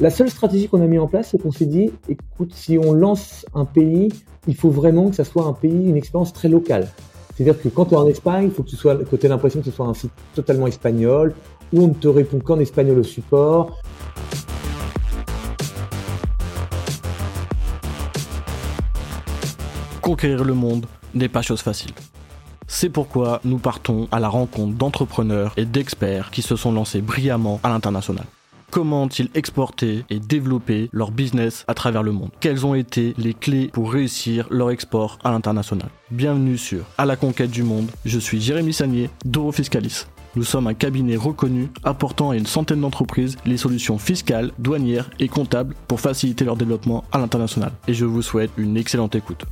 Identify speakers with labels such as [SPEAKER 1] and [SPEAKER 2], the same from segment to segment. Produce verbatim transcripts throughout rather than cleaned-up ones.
[SPEAKER 1] La seule stratégie qu'on a mis en place, c'est qu'on s'est dit, écoute, si on lance un pays, il faut vraiment que ça soit un pays, une expérience très locale. C'est-à-dire que quand tu es en Espagne, il faut que tu sois, que tu aies l'impression que ce soit un site totalement espagnol, où on ne te répond qu'en espagnol au support.
[SPEAKER 2] Conquérir le monde n'est pas chose facile. C'est pourquoi nous partons à la rencontre d'entrepreneurs et d'experts qui se sont lancés brillamment à l'international. Comment ont-ils exporté et développé leur business à travers le monde? Quelles ont été les clés pour réussir leur export à l'international? Bienvenue sur À la conquête du monde, je suis Jérémy Sagnier d'Euro Fiscalis. Nous sommes un cabinet reconnu apportant à une centaine d'entreprises les solutions fiscales, douanières et comptables pour faciliter leur développement à l'international. Et je vous souhaite une excellente écoute.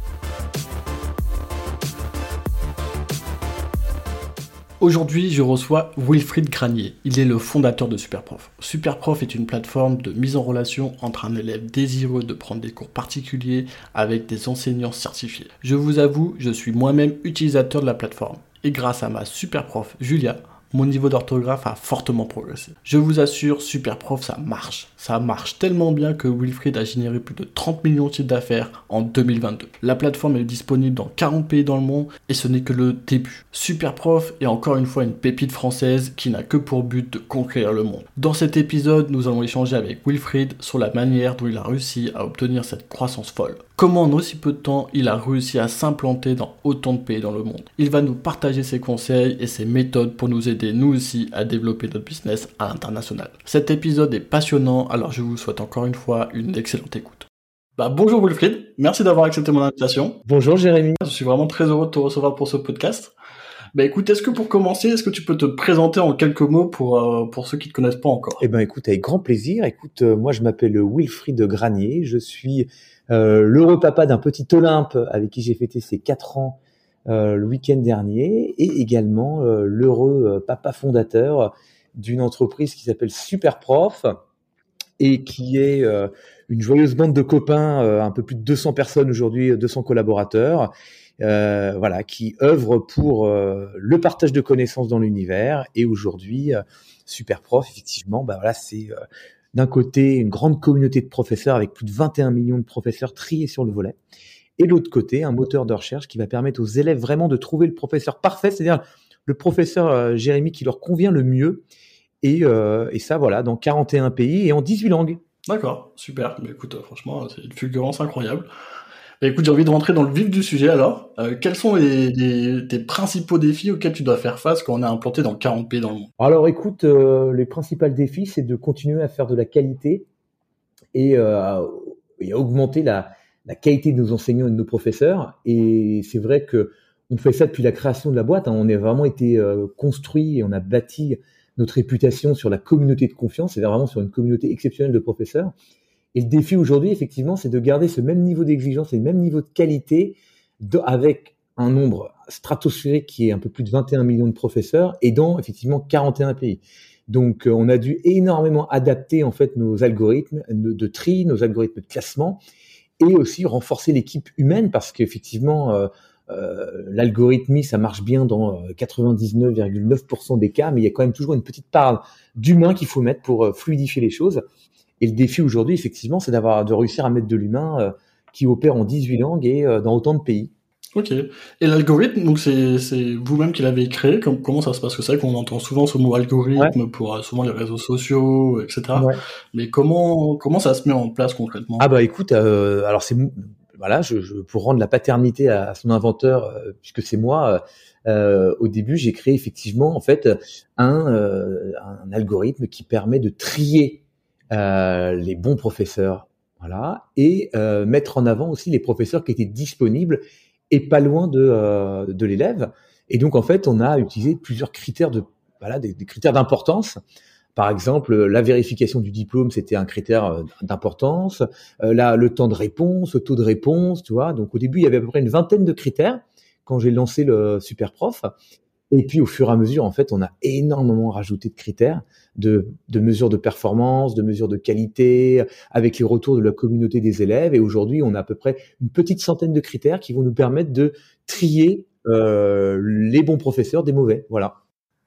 [SPEAKER 2] Aujourd'hui, je reçois Wilfried Granier. Il est le fondateur de Superprof. Superprof est une plateforme de mise en relation entre un élève désireux de prendre des cours particuliers avec des enseignants certifiés. Je vous avoue, je suis moi-même utilisateur de la plateforme. Et grâce à ma Superprof Julia, mon niveau d'orthographe a fortement progressé. Je vous assure, Superprof, ça marche. Ça marche tellement bien que Wilfried a généré plus de trente millions de chiffres d'affaires en deux mille vingt-deux. La plateforme est disponible dans quarante pays dans le monde et ce n'est que le début. Superprof est encore une fois une pépite française qui n'a que pour but de conquérir le monde. Dans cet épisode, nous allons échanger avec Wilfried sur la manière dont il a réussi à obtenir cette croissance folle. Comment en aussi peu de temps, il a réussi à s'implanter dans autant de pays dans le monde. Il va nous partager ses conseils et ses méthodes pour nous aider, nous aussi, à développer notre business à l'international. Cet épisode est passionnant, alors je vous souhaite encore une fois une excellente écoute. Bah, bonjour Wilfried, merci d'avoir accepté mon invitation.
[SPEAKER 1] Bonjour Jérémy.
[SPEAKER 2] Je suis vraiment très heureux de te recevoir pour ce podcast. Bah écoute, est-ce que pour commencer, est-ce que tu peux te présenter en quelques mots pour, euh, pour ceux qui ne te connaissent pas encore?
[SPEAKER 1] Eh ben écoute, avec grand plaisir. Écoute, euh, moi je m'appelle Wilfried Granier, je suis euh, l'heureux papa d'un petit Olympe avec qui j'ai fêté ses quatre ans euh, le week-end dernier et également euh, l'heureux euh, papa fondateur d'une entreprise qui s'appelle Superprof et qui est euh, une joyeuse bande de copains, euh, un peu plus de deux cents personnes aujourd'hui, deux cents collaborateurs, euh, voilà, qui œuvrent pour euh, le partage de connaissances dans l'univers. Et aujourd'hui, euh, Superprof, effectivement, bah voilà, c'est euh, d'un côté une grande communauté de professeurs avec plus de vingt et un millions de professeurs triés sur le volet, et de l'autre côté, un moteur de recherche qui va permettre aux élèves vraiment de trouver le professeur parfait, c'est-à-dire le professeur euh, Jérémy qui leur convient le mieux. Et, euh, et ça, voilà, dans quarante et un pays et en dix-huit langues.
[SPEAKER 2] D'accord, super. Mais écoute, euh, franchement, c'est une fulgurance incroyable. Mais écoute, j'ai envie de rentrer dans le vif du sujet alors. Euh, quels sont les, les, tes principaux défis auxquels tu dois faire face quand on est implanté dans quarante pays dans le monde?
[SPEAKER 1] Alors écoute, euh, les principaux défis, c'est de continuer à faire de la qualité et, euh, et à augmenter la, la qualité de nos enseignants et de nos professeurs. Et c'est vrai que on fait ça depuis la création de la boîte. Hein. On a vraiment été euh, construit et on a bâti notre réputation sur la communauté de confiance, c'est vraiment sur une communauté exceptionnelle de professeurs. Et le défi aujourd'hui, effectivement, c'est de garder ce même niveau d'exigence et le même niveau de qualité de, avec un nombre stratosphérique qui est un peu plus de vingt et un millions de professeurs et dans, effectivement, quarante et un pays. Donc, euh, on a dû énormément adapter, en fait, nos algorithmes de, de tri, nos algorithmes de classement et aussi renforcer l'équipe humaine parce qu'effectivement, euh, Euh, l'algorithmie, ça marche bien dans quatre-vingt-dix-neuf virgule neuf pour cent des cas, mais il y a quand même toujours une petite part d'humain qu'il faut mettre pour euh, fluidifier les choses. Et le défi aujourd'hui, effectivement, c'est d'avoir de réussir à mettre de l'humain euh, qui opère en dix-huit langues et euh, dans autant de pays.
[SPEAKER 2] Ok. Et l'algorithme, donc c'est, c'est vous-même qui l'avez créé. Comme, comment ça se passe? Que c'est vrai qu'on entend souvent ce mot algorithme ouais. pour euh, souvent les réseaux sociaux, et cetera. Ouais. Mais comment comment ça se met en place concrètement?
[SPEAKER 1] Ah bah écoute, euh, alors c'est voilà, je, je, pour rendre la paternité à, à son inventeur, euh, puisque c'est moi, euh, au début, j'ai créé effectivement en fait un, euh, un algorithme qui permet de trier euh, les bons professeurs, voilà, et euh, mettre en avant aussi les professeurs qui étaient disponibles et pas loin de, euh, de l'élève. Et donc en fait, on a utilisé plusieurs critères de, voilà, des, des critères d'importance. Par exemple, la vérification du diplôme, c'était un critère d'importance. Euh, là, le temps de réponse, le taux de réponse, tu vois. Donc, au début, il y avait à peu près une vingtaine de critères quand j'ai lancé le Superprof. Et puis, au fur et à mesure, en fait, on a énormément rajouté de critères, de, de mesures de performance, de mesures de qualité, avec les retours de la communauté des élèves. Et aujourd'hui, on a à peu près une petite centaine de critères qui vont nous permettre de trier euh, les bons professeurs des mauvais. Voilà.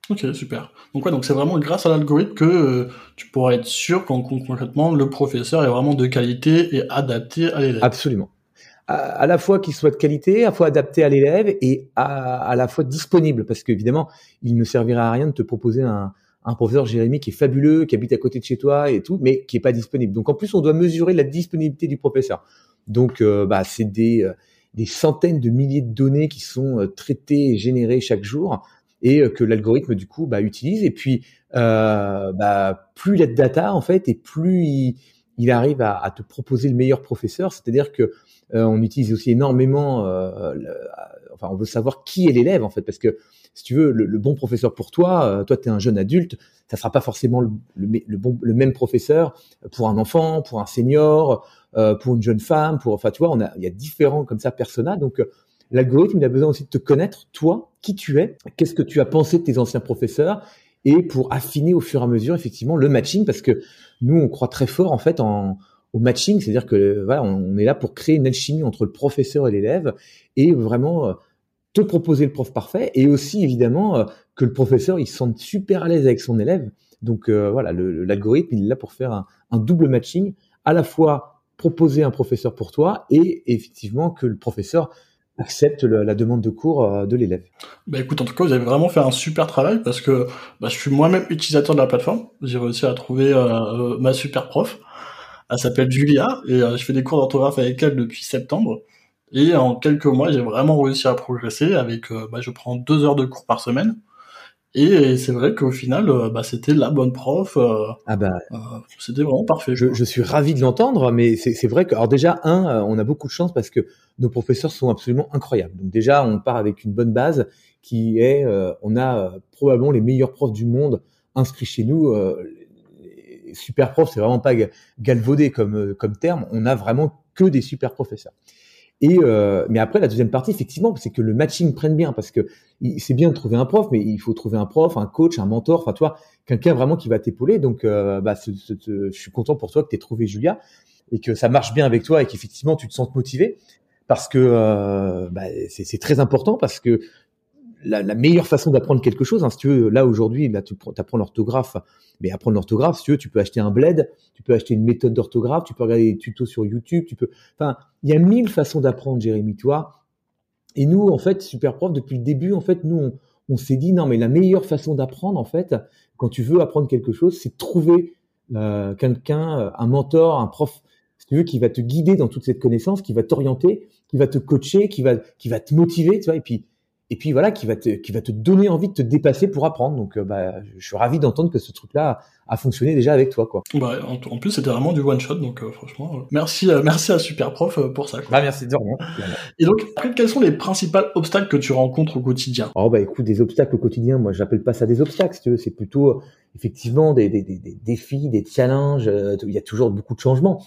[SPEAKER 2] Ok, super. Donc ouais, donc c'est vraiment grâce à l'algorithme que euh, tu pourras être sûr qu'en concrètement le professeur est vraiment de qualité et adapté à l'élève.
[SPEAKER 1] Absolument. À, à la fois qu'il soit de qualité, à la fois adapté à l'élève et à, à la fois disponible, parce qu'évidemment, il ne servira à rien de te proposer un, un professeur Jérémy qui est fabuleux, qui habite à côté de chez toi et tout, mais qui est pas disponible. Donc en plus, on doit mesurer la disponibilité du professeur. Donc euh, bah, c'est des, euh, des centaines de milliers de données qui sont euh, traitées et générées chaque jour et euh, que l'algorithme du coup bah, utilise. Et puis euh, bah, plus il y a de data en fait, et plus il, il arrive à, à te proposer le meilleur professeur. C'est-à-dire que euh, on utilise aussi énormément, euh, le, enfin, on veut savoir qui est l'élève en fait, parce que si tu veux, le, le bon professeur pour toi, euh, toi, tu es un jeune adulte, ça sera pas forcément le, le, le, bon, le même professeur pour un enfant, pour un senior, euh, pour une jeune femme, pour, enfin, tu vois, on a, il y a différents comme ça personas. Donc, euh, l'algorithme, il a besoin aussi de te connaître, toi, qui tu es, qu'est-ce que tu as pensé de tes anciens professeurs, et pour affiner au fur et à mesure, effectivement, le matching, parce que nous, on croit très fort en fait en au matching, c'est-à-dire que voilà, on est là pour créer une alchimie entre le professeur et l'élève, et vraiment euh, te proposer le prof parfait, et aussi évidemment euh, que le professeur il se sente super à l'aise avec son élève. Donc euh, voilà, le, l'algorithme il est là pour faire un, un double matching, à la fois proposer un professeur pour toi et effectivement que le professeur accepte le, la demande de cours euh, de l'élève.
[SPEAKER 2] Bah écoute, en tout cas, vous avez vraiment fait un super travail parce que bah, je suis moi-même utilisateur de la plateforme. J'ai réussi à trouver euh, ma super prof. Elle s'appelle Julia et euh, je fais des cours d'orthographe avec elle depuis septembre. Et en quelques mois, j'ai vraiment réussi à progresser avec, euh, bah, je prends deux heures de cours par semaine. Et, et c'est vrai qu'au final, euh, bah, c'était la bonne prof. Euh,
[SPEAKER 1] Ah bah,
[SPEAKER 2] euh, c'était vraiment parfait,
[SPEAKER 1] je,
[SPEAKER 2] quoi.
[SPEAKER 1] je suis ravi de l'entendre, mais c'est, c'est vrai que, alors déjà, un, euh, on a beaucoup de chance parce que nos professeurs sont absolument incroyables. Donc déjà, on part avec une bonne base qui est, euh, on a euh, probablement les meilleurs profs du monde inscrits chez nous. Euh, les super profs, c'est vraiment pas ga- galvaudé comme, euh, comme terme. On a vraiment que des super professeurs. Et euh, mais après la deuxième partie, effectivement, c'est que le matching prenne bien, parce que il- c'est bien de trouver un prof, mais il faut trouver un prof, un coach, un mentor, enfin toi, quelqu'un vraiment qui va t'épauler. Donc euh, bah, ce- ce- ce- je suis content pour toi que tu aies trouvé Julia et que ça marche bien avec toi et qu'effectivement tu te sentes motivé, parce que euh, bah, c'est, c'est très important, parce que la, la meilleure façon d'apprendre quelque chose, hein, si tu veux, là aujourd'hui, là tu apprends l'orthographe, mais apprendre l'orthographe, si tu veux, tu peux acheter un bled, tu peux acheter une méthode d'orthographe, tu peux regarder des tutos sur YouTube, tu peux, enfin, il y a mille façons d'apprendre, Jérémy, tu vois. Et nous, en fait, Superprof, depuis le début, en fait, nous, on, on s'est dit non, mais la meilleure façon d'apprendre, en fait, quand tu veux apprendre quelque chose, c'est de trouver euh, quelqu'un, euh, un mentor, un prof, si tu veux, qui va te guider dans toute cette connaissance, qui va t'orienter, qui va te coacher, qui va, qui va te motiver, tu vois, et puis, et puis voilà, qui va te, qui va te donner envie de te dépasser pour apprendre. Donc, euh, bah, je suis ravi d'entendre que ce truc-là a, a fonctionné déjà avec toi, quoi.
[SPEAKER 2] Bah, en, en plus, c'était vraiment du one shot, donc euh, franchement, euh, merci, euh, merci à Super Prof euh, pour ça, quoi.
[SPEAKER 1] Bah, merci de rien.
[SPEAKER 2] Et donc, après, quels sont les principaux obstacles que tu rencontres au quotidien?
[SPEAKER 1] Oh bah écoute, des obstacles au quotidien, moi j'appelle pas ça des obstacles, si tu veux, c'est plutôt euh, effectivement des, des, des, des défis, des challenges. euh, Il y a toujours beaucoup de changements.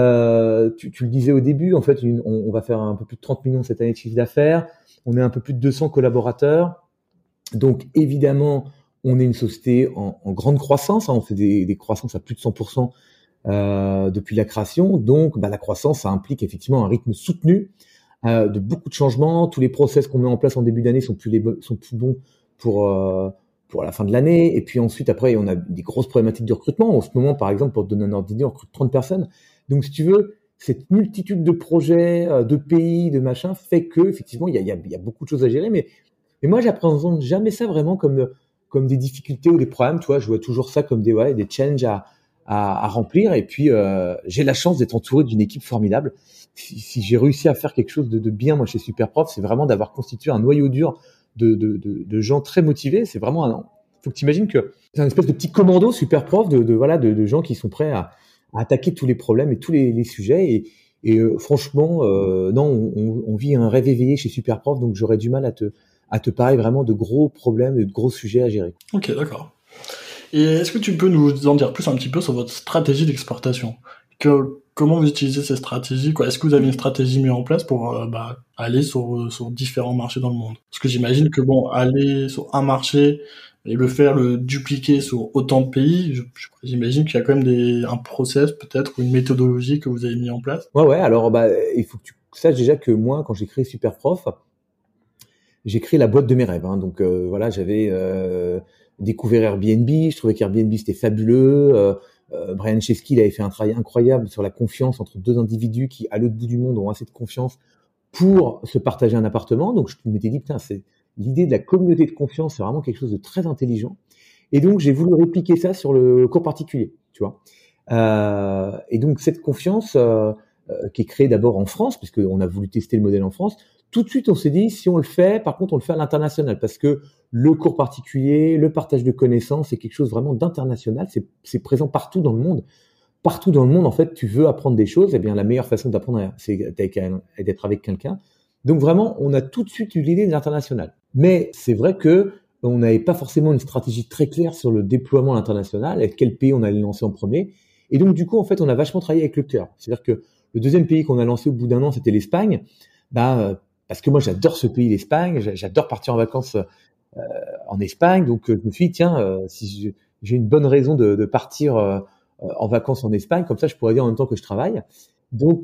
[SPEAKER 1] Euh, tu, tu le disais au début, en fait, une- on, on va faire un peu plus de trente millions cette année de chiffre d'affaires. On est un peu plus de deux cents collaborateurs. Donc évidemment, on est une société en, en grande croissance, hein, on fait des, des croissances à plus de cent pour cent euh, depuis la création. Donc bah, la croissance, ça implique effectivement un rythme soutenu euh, de beaucoup de changements. Tous les process qu'on met en place en début d'année sont plus, les bo- sont plus bons pour, euh, pour la fin de l'année. Et puis ensuite, après, on a des grosses problématiques de recrutement. En ce moment, par exemple, pour te donner un ordre d'idée, on recrute trente personnes. Donc, si tu veux, cette multitude de projets, euh, de pays, de machins, fait que effectivement, il y a, il y, a, il y a beaucoup de choses à gérer. Mais, mais moi, j'appréhende jamais ça vraiment comme, comme des difficultés ou des problèmes. Tu vois, je vois toujours ça comme des, ouais, des challenges à, à, à remplir. Et puis, euh, j'ai la chance d'être entouré d'une équipe formidable. Si, si j'ai réussi à faire quelque chose de, de bien, moi, chez Superprof, c'est vraiment d'avoir constitué un noyau dur de, de, de, de gens très motivés. C'est vraiment un, faut que tu imagines que c'est un espèce de petit commando Superprof de, de, voilà, de, de gens qui sont prêts à, à attaquer tous les problèmes et tous les, les sujets. Et, et euh, franchement, euh, non, on, on vit un rêve éveillé chez Superprof, donc j'aurais du mal à te, à te parler vraiment de gros problèmes et de gros sujets à gérer.
[SPEAKER 2] Ok, d'accord. Et est-ce que tu peux nous en dire plus un petit peu sur votre stratégie d'exportation? Que, comment vous utilisez ces stratégies, quoi? Est-ce que vous avez une stratégie mise en place pour euh, bah, aller sur, sur différents marchés dans le monde? Parce que j'imagine que bon, aller sur un marché et le faire, le dupliquer sur autant de pays, je- je- j'imagine qu'il y a quand même des, un process peut-être ou une méthodologie que vous avez mis en place.
[SPEAKER 1] Ouais, ouais, alors bah, il faut que tu saches déjà que moi, quand j'ai créé Superprof, j'ai créé la boîte de mes rêves. Hein. Donc euh, voilà, j'avais euh, découvert Airbnb, je trouvais qu'Airbnb c'était fabuleux. Euh, euh, Brian Chesky il avait fait un travail incroyable sur la confiance entre deux individus qui, à l'autre bout du monde, ont assez de confiance pour se partager un appartement. Donc je m'étais dit, putain, c'est l'idée de la communauté de confiance, c'est vraiment quelque chose de très intelligent. Et donc j'ai voulu répliquer ça sur le cours particulier, tu vois. Euh, et donc cette confiance euh, euh, qui est créée d'abord en France, puisqu'on a voulu tester le modèle en France, tout de suite on s'est dit, si on le fait, par contre on le fait à l'international, parce que le cours particulier, le partage de connaissances, c'est quelque chose vraiment d'international, c'est, c'est présent partout dans le monde. Partout dans le monde, en fait, tu veux apprendre des choses, eh bien, la meilleure façon d'apprendre, c'est d'être avec quelqu'un. Donc, vraiment, on a tout de suite eu l'idée de l'international. Mais c'est vrai que on n'avait pas forcément une stratégie très claire sur le déploiement à l'international, avec quel pays on allait lancer en premier. Et donc, du coup, en fait, on a vachement travaillé avec le cœur. C'est-à-dire que le deuxième pays qu'on a lancé au bout d'un an, c'était l'Espagne. Bah, parce que moi, j'adore ce pays, l'Espagne. J'adore partir en vacances euh, en Espagne. Donc, je me suis dit, tiens, euh, si j'ai une bonne raison de, de partir euh, en vacances en Espagne, comme ça je pourrais dire en même temps que je travaille. Donc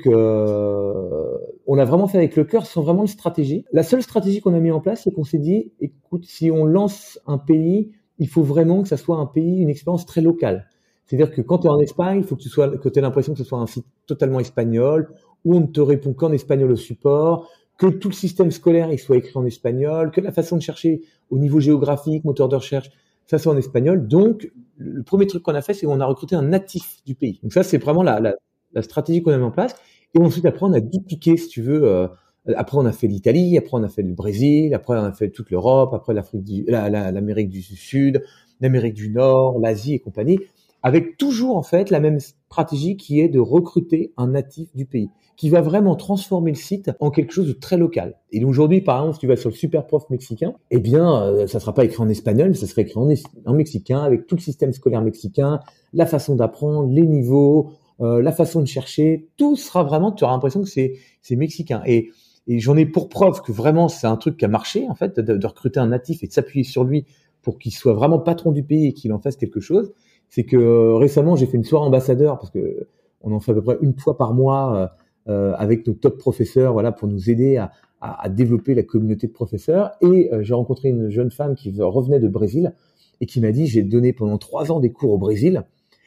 [SPEAKER 1] euh, on a vraiment fait avec le cœur sans vraiment une stratégie. La seule stratégie qu'on a mis en place, c'est qu'on s'est dit, écoute, si on lance un pays, il faut vraiment que ça soit un pays, une expérience très locale. C'est-à-dire que quand tu es en Espagne, il faut que tu sois, que tu aies l'impression que ce soit un site totalement espagnol, où on ne te répond qu'en espagnol au support, que tout le système scolaire il soit écrit en espagnol, que la façon de chercher au niveau géographique, moteur de recherche, ça c'est en espagnol. Donc, le premier truc qu'on a fait, c'est qu'on a recruté un natif du pays. Donc ça, c'est vraiment la, la, la stratégie qu'on a mis en place. Et ensuite, après, on a dupliqué, si tu veux. Euh, après, on a fait l'Italie, après, on a fait le Brésil, après, on a fait toute l'Europe, après l'Afrique du, la, la, l'Amérique du Sud, l'Amérique du Nord, l'Asie et compagnie, avec toujours, en fait, la même stratégie qui est de recruter un natif du pays, qui va vraiment transformer le site en quelque chose de très local. Et aujourd'hui, par exemple, si tu vas sur le Superprof mexicain, eh bien, euh, ça sera pas écrit en espagnol, mais ça sera écrit en, es- en mexicain, avec tout le système scolaire mexicain, la façon d'apprendre, les niveaux, euh, la façon de chercher, tout sera vraiment, tu auras l'impression que c'est, c'est mexicain. Et, et j'en ai pour preuve que vraiment, c'est un truc qui a marché, en fait, de, de recruter un natif et de s'appuyer sur lui pour qu'il soit vraiment patron du pays et qu'il en fasse quelque chose. C'est que euh, récemment, j'ai fait une soirée ambassadeur, parce que on en fait à peu près une fois par mois, euh, Euh, avec nos top professeurs, voilà, pour nous aider à, à, à développer la communauté de professeurs. Et euh, j'ai rencontré une jeune femme qui revenait de Brésil et qui m'a dit, j'ai donné pendant trois ans des cours au Brésil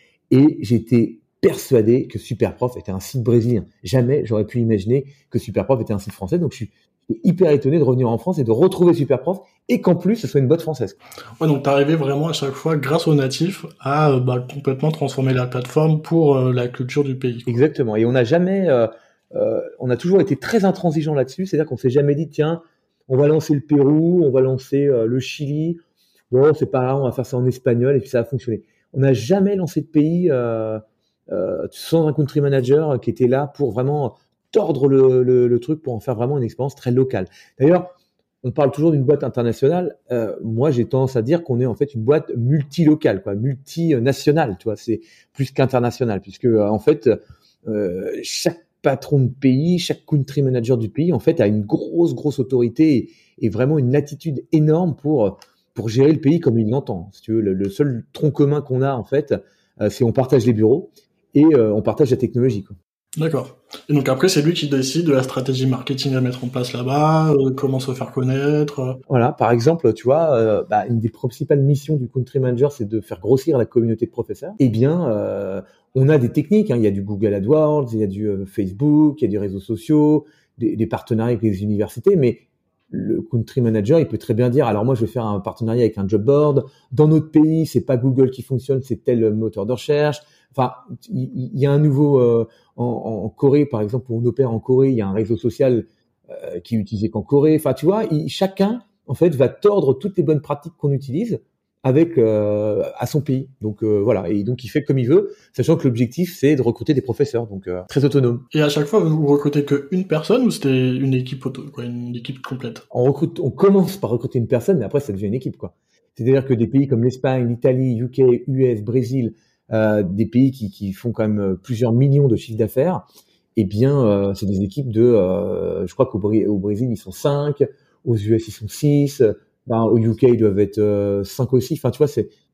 [SPEAKER 1] et j'étais persuadé que Superprof était un site brésilien. Jamais j'aurais pu imaginer que Superprof était un site français. Donc je suis hyper étonné de revenir en France et de retrouver Superprof et qu'en plus ce soit une boîte française.
[SPEAKER 2] Ouais, donc t'arrivais vraiment à chaque fois, grâce aux natifs, à bah, complètement transformer la plateforme pour euh, la culture du pays.
[SPEAKER 1] Exactement. Et on n'a jamais... Euh, Euh, on a toujours été très intransigeant là-dessus, c'est-à-dire qu'on s'est jamais dit, tiens, on va lancer le Pérou, on va lancer euh, le Chili, bon, c'est pas grave, on va faire ça en espagnol et puis ça va fonctionner. On n'a jamais lancé de pays euh, euh, sans un country manager qui était là pour vraiment tordre le, le, le truc pour en faire vraiment une expérience très locale. D'ailleurs, on parle toujours d'une boîte internationale. Euh, moi, j'ai tendance à dire qu'on est en fait une boîte multilocale, quoi, multinationale, tu vois, c'est plus qu'international, puisque euh, en fait, euh, chaque patron de pays, chaque country manager du pays, en fait, a une grosse, grosse autorité et, et vraiment une latitude énorme pour, pour gérer le pays comme il l'entend. Si tu veux, le, le seul tronc commun qu'on a, en fait, euh, c'est on partage les bureaux et euh, on partage la technologie, quoi.
[SPEAKER 2] D'accord. Et donc après, c'est lui qui décide de la stratégie marketing à mettre en place là-bas, euh, comment se faire connaître. Euh...
[SPEAKER 1] Voilà, par exemple, tu vois, euh, bah, une des principales missions du country manager, c'est de faire grossir la communauté de professeurs. Eh bien, euh, on a des techniques, hein. Il y a du Google AdWords, il y a du euh, Facebook, il y a des réseaux sociaux, des, des partenariats avec les universités, mais le country manager, il peut très bien dire, alors moi, je vais faire un partenariat avec un job board. Dans notre pays, c'est pas Google qui fonctionne, c'est tel moteur de recherche. Enfin, il, il y a un nouveau euh, en, en Corée, par exemple, où on opère en Corée, il y a un réseau social euh, qui est utilisé qu'en Corée. Enfin, tu vois, il, chacun en fait va tordre toutes les bonnes pratiques qu'on utilise avec euh, à son pays. Donc euh, voilà, et donc il fait comme il veut, sachant que l'objectif c'est de recruter des professeurs, donc euh, très autonome.
[SPEAKER 2] Et à chaque fois, vous recrutez qu'une personne ou c'était une équipe auto, quoi, une équipe complète?
[SPEAKER 1] On recrute, on commence par recruter une personne, mais après ça devient une équipe, quoi. C'est-à-dire que des pays comme l'Espagne, l'Italie, U K, U S, Brésil, euh, des pays qui, qui font quand même plusieurs millions de chiffres d'affaires, eh bien euh, c'est des équipes de, euh, je crois qu'au Brésil, au Brésil ils sont cinq, aux U S ils sont six. Ben, au U K, ils doivent être euh, cinq aussi. Enfin, tu vois, c'est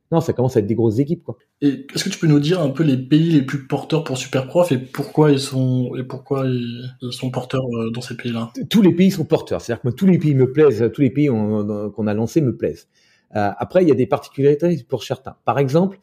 [SPEAKER 1] non, ça commence à être des grosses équipes, quoi.
[SPEAKER 2] Et est-ce que tu peux nous dire un peu les pays les plus porteurs pour Superprof et pourquoi ils sont et pourquoi ils, ils sont porteurs euh, dans ces pays-là?
[SPEAKER 1] Tous les pays sont porteurs, c'est-à-dire que moi, tous les pays me plaisent, tous les pays on, qu'on a lancés me plaisent. Euh, après, il y a des particularités pour certains. Par exemple,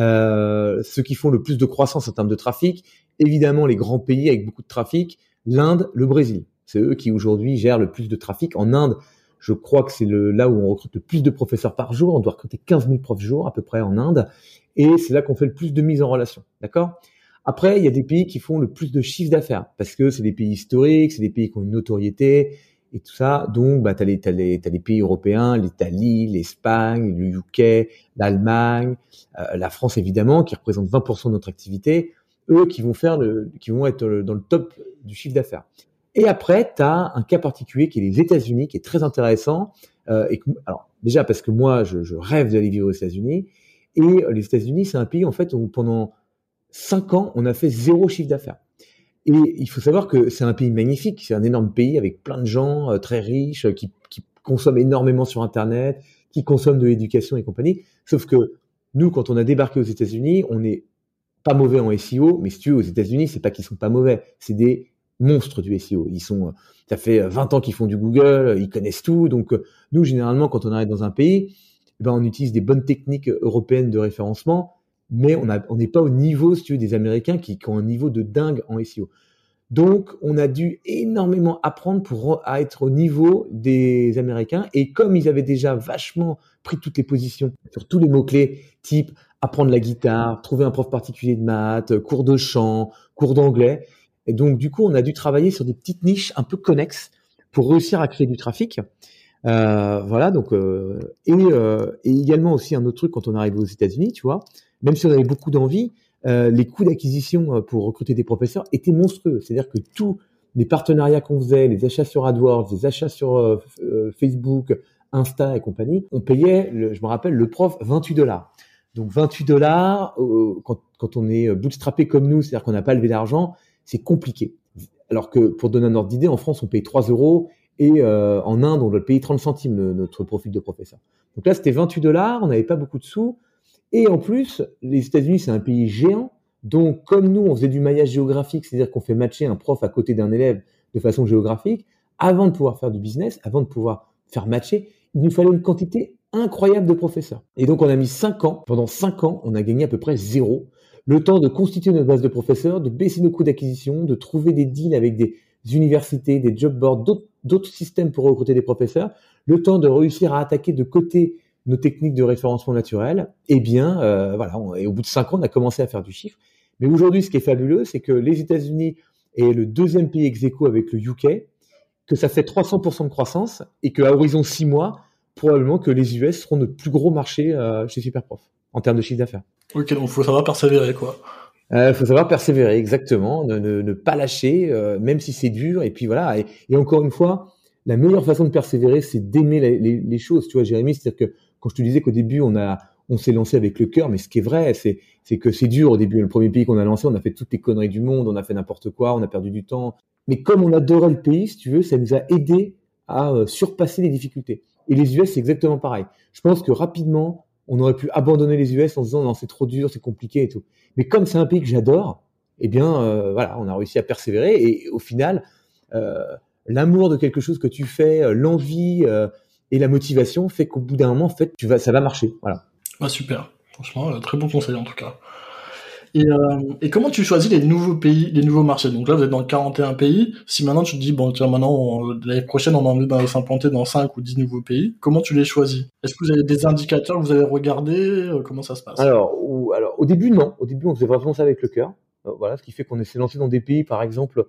[SPEAKER 1] euh, ceux qui font le plus de croissance en termes de trafic, évidemment les grands pays avec beaucoup de trafic, l'Inde, le Brésil. C'est eux qui aujourd'hui gèrent le plus de trafic. En Inde, je crois que c'est le, là où on recrute le plus de professeurs par jour. On doit recruter quinze mille profs jour à peu près en Inde. Et c'est là qu'on fait le plus de mise en relation. D'accord ? Après, il y a des pays qui font le plus de chiffre d'affaires parce que c'est des pays historiques, c'est des pays qui ont une notoriété et tout ça. Donc, bah, t'as les, t'as les, t'as les pays européens, l'Italie, l'Espagne, le U K, l'Allemagne, euh, la France évidemment, qui représente vingt pour cent de notre activité. Eux qui vont faire le, qui vont être dans le top du chiffre d'affaires. Et après, tu as un cas particulier qui est les États-Unis, qui est très intéressant. Euh, et que, alors déjà parce que moi, je, je rêve d'aller vivre aux États-Unis. Et les États-Unis, c'est un pays en fait où pendant cinq ans, on a fait zéro chiffre d'affaires. Et il faut savoir que c'est un pays magnifique, c'est un énorme pays avec plein de gens euh, très riches euh, qui, qui consomment énormément sur Internet, qui consomment de l'éducation et compagnie. Sauf que nous, quand on a débarqué aux États-Unis, on n'est pas mauvais en S E O, mais si tu veux, aux États-Unis, c'est pas qu'ils sont pas mauvais, c'est des monstres du S E O. Ils sont, ça fait vingt ans qu'ils font du Google, ils connaissent tout. Donc nous, généralement, quand on arrive dans un pays, eh ben, on utilise des bonnes techniques européennes de référencement, mais on a, on n'est pas au niveau, si tu veux, des Américains qui, qui ont un niveau de dingue en S E O. Donc, on a dû énormément apprendre pour à être au niveau des Américains. Et comme ils avaient déjà vachement pris toutes les positions sur tous les mots-clés, type apprendre la guitare, trouver un prof particulier de maths, cours de chant, cours d'anglais. Et donc, du coup, on a dû travailler sur des petites niches un peu connexes pour réussir à créer du trafic. Euh, voilà, donc, euh, et, euh, et également aussi un autre truc quand on arrive aux États-Unis, tu vois, même si on avait beaucoup d'envie, Euh, les coûts d'acquisition pour recruter des professeurs étaient monstrueux. C'est-à-dire que tous les partenariats qu'on faisait, les achats sur AdWords, les achats sur euh, euh, Facebook, Insta et compagnie, on payait, le, je me rappelle, le prof vingt-huit dollars. Donc vingt-huit dollars, euh, quand, quand on est bootstrappé comme nous, c'est-à-dire qu'on n'a pas levé d'argent, c'est compliqué. Alors que pour donner un ordre d'idée, en France, on paye trois euros et euh, en Inde, on doit le payer trente centimes, le, notre profil de professeur. Donc là, c'était vingt-huit dollars, on n'avait pas beaucoup de sous. Et en plus, les États-Unis, c'est un pays géant. Donc, comme nous, on faisait du maillage géographique, c'est-à-dire qu'on fait matcher un prof à côté d'un élève de façon géographique, avant de pouvoir faire du business, avant de pouvoir faire matcher, il nous fallait une quantité incroyable de professeurs. Et donc, on a mis cinq ans. Pendant cinq ans, on a gagné à peu près zéro. Le temps de constituer notre base de professeurs, de baisser nos coûts d'acquisition, de trouver des deals avec des universités, des job boards, d'autres, d'autres systèmes pour recruter des professeurs. Le temps de réussir à attaquer de côté nos techniques de référencement naturel, eh bien, euh, voilà, on, et au bout de cinq ans, on a commencé à faire du chiffre. Mais aujourd'hui, ce qui est fabuleux, c'est que les États-Unis est le deuxième pays ex aequo avec le U K, que ça fait trois cents pour cent de croissance et qu'à horizon six mois, probablement que les U S seront notre plus gros marché euh, chez Superprof en termes de chiffre d'affaires.
[SPEAKER 2] Ok, donc il faut savoir persévérer, quoi.
[SPEAKER 1] Il euh, faut savoir persévérer, exactement, ne, ne, ne pas lâcher, euh, même si c'est dur. Et puis voilà. Et, et encore une fois, la meilleure façon de persévérer, c'est d'aimer les, les, les choses. Tu vois, Jérémy, c'est-à-dire que quand je te disais qu'au début, on a, on s'est lancé avec le cœur, mais ce qui est vrai, c'est, c'est que c'est dur au début. Le premier pays qu'on a lancé, on a fait toutes les conneries du monde, on a fait n'importe quoi, on a perdu du temps. Mais comme on adorait le pays, si tu veux, ça nous a aidé à euh, surpasser les difficultés. Et les U S, c'est exactement pareil. Je pense que rapidement, on aurait pu abandonner les U S en se disant non, c'est trop dur, c'est compliqué et tout. Mais comme c'est un pays que j'adore, eh bien, euh, voilà, on a réussi à persévérer. Et au final, euh, l'amour de quelque chose que tu fais, l'envie euh, et la motivation fait qu'au bout d'un moment, en fait, tu vas, ça va marcher. Voilà.
[SPEAKER 2] Ah, super. Franchement, euh, très bon conseil en tout cas. Et, euh, et comment tu choisis les nouveaux pays, les nouveaux marchés? Donc là, vous êtes dans quarante et un pays. Si maintenant tu te dis, bon, tiens, maintenant, on, l'année prochaine, on a envie de s'implanter dans cinq ou dix nouveaux pays, comment tu les choisis? Est-ce que vous avez des indicateurs que vous avez regardés? Comment ça se passe?
[SPEAKER 1] Alors, ou, alors, au début, non. Au début, on faisait vraiment ça avec le cœur. Euh, voilà, ce qui fait qu'on s'est lancé dans des pays, par exemple,